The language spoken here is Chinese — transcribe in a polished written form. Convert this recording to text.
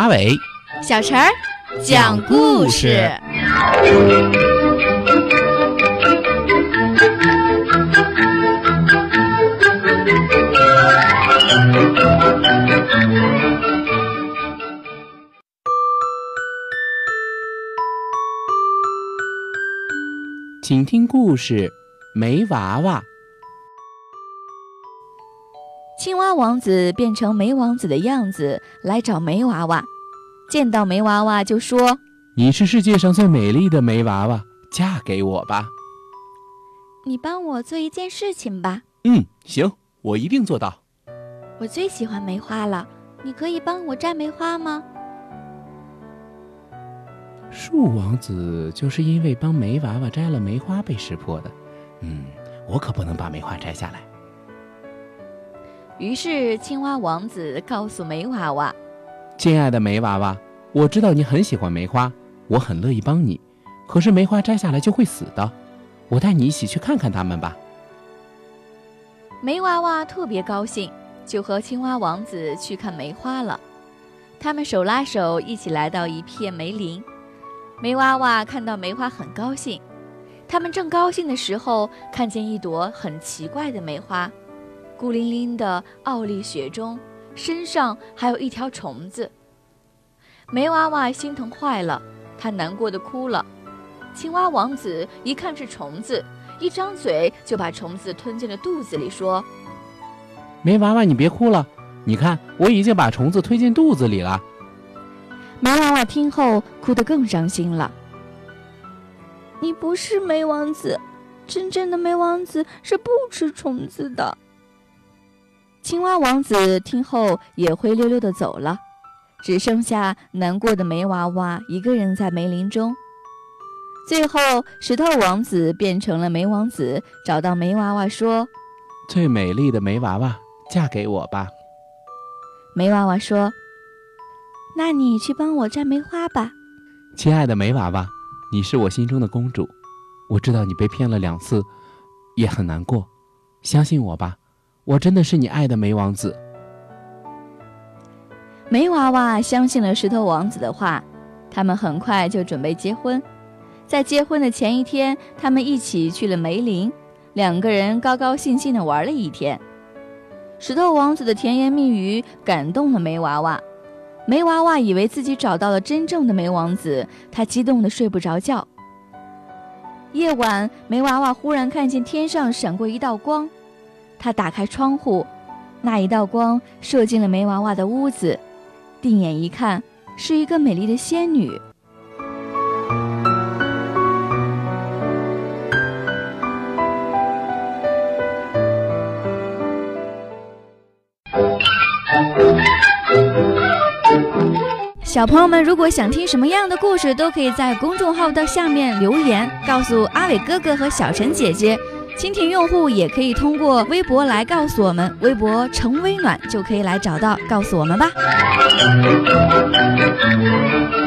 阿伟、 小陈儿讲故事。 请听故事：煤娃娃。 青蛙王子变成煤王子的样子来找煤娃娃，见到煤娃娃就说： 你是世界上最美丽的煤娃娃，嫁给我吧。 你帮我做一件事情吧。 行，我一定做到。 我最喜欢梅花了，你可以帮我摘梅花吗？ 树王子就是因为帮煤娃娃摘了梅花被识破的。我可不能把梅花摘下来。 于是青蛙王子告诉煤娃娃： 亲爱的煤娃娃，我知道你很喜欢梅花，我很乐意帮你，可是梅花摘下来就会死的，我带你一起去看看它们吧。 煤娃娃特别高兴，就和青蛙王子去看梅花了。他们手拉手一起来到一片梅林，煤娃娃看到梅花很高兴。他们正高兴的时候，看见一朵很奇怪的梅花，孤零零的傲立雪中，身上还有一条虫子。煤娃娃心疼坏了，他难过的哭了。青蛙王子一看是虫子，一张嘴就把虫子吞进了肚子里，说： 煤娃娃，你别哭了，你看我已经把虫子推进肚子里了。 煤娃娃听后哭得更伤心了。你不是煤王子，真正的煤王子是不吃虫子的。青蛙王子听后也灰溜溜地走了，只剩下难过的煤娃娃一个人在梅林中。最后石头王子变成了煤王子，找到煤娃娃说： 最美丽的煤娃娃，嫁给我吧。 煤娃娃说：那你去帮我摘梅花吧。 亲爱的煤娃娃，你是我心中的公主，我知道你被骗了2次，也很难过，相信我吧，我真的是你爱的煤王子。 煤娃娃相信了石头王子的话，他们很快就准备结婚。在结婚的前一天，他们一起去了梅林，2个人高高兴兴地玩了一天。石头王子的甜言蜜语感动了煤娃娃，煤娃娃以为自己找到了真正的煤王子，他激动得睡不着觉。夜晚，煤娃娃忽然看见天上闪过一道光，他打开窗户，那一道光射进了煤娃娃的屋子，定眼一看，是一个美丽的仙女。小朋友们，如果想听什么样的故事，都可以在公众号的下面留言，告诉阿伟哥哥和小陈姐姐。蜻蜓用户也可以通过微博来告诉我们，微博陈微暖就可以来找到，告诉我们吧。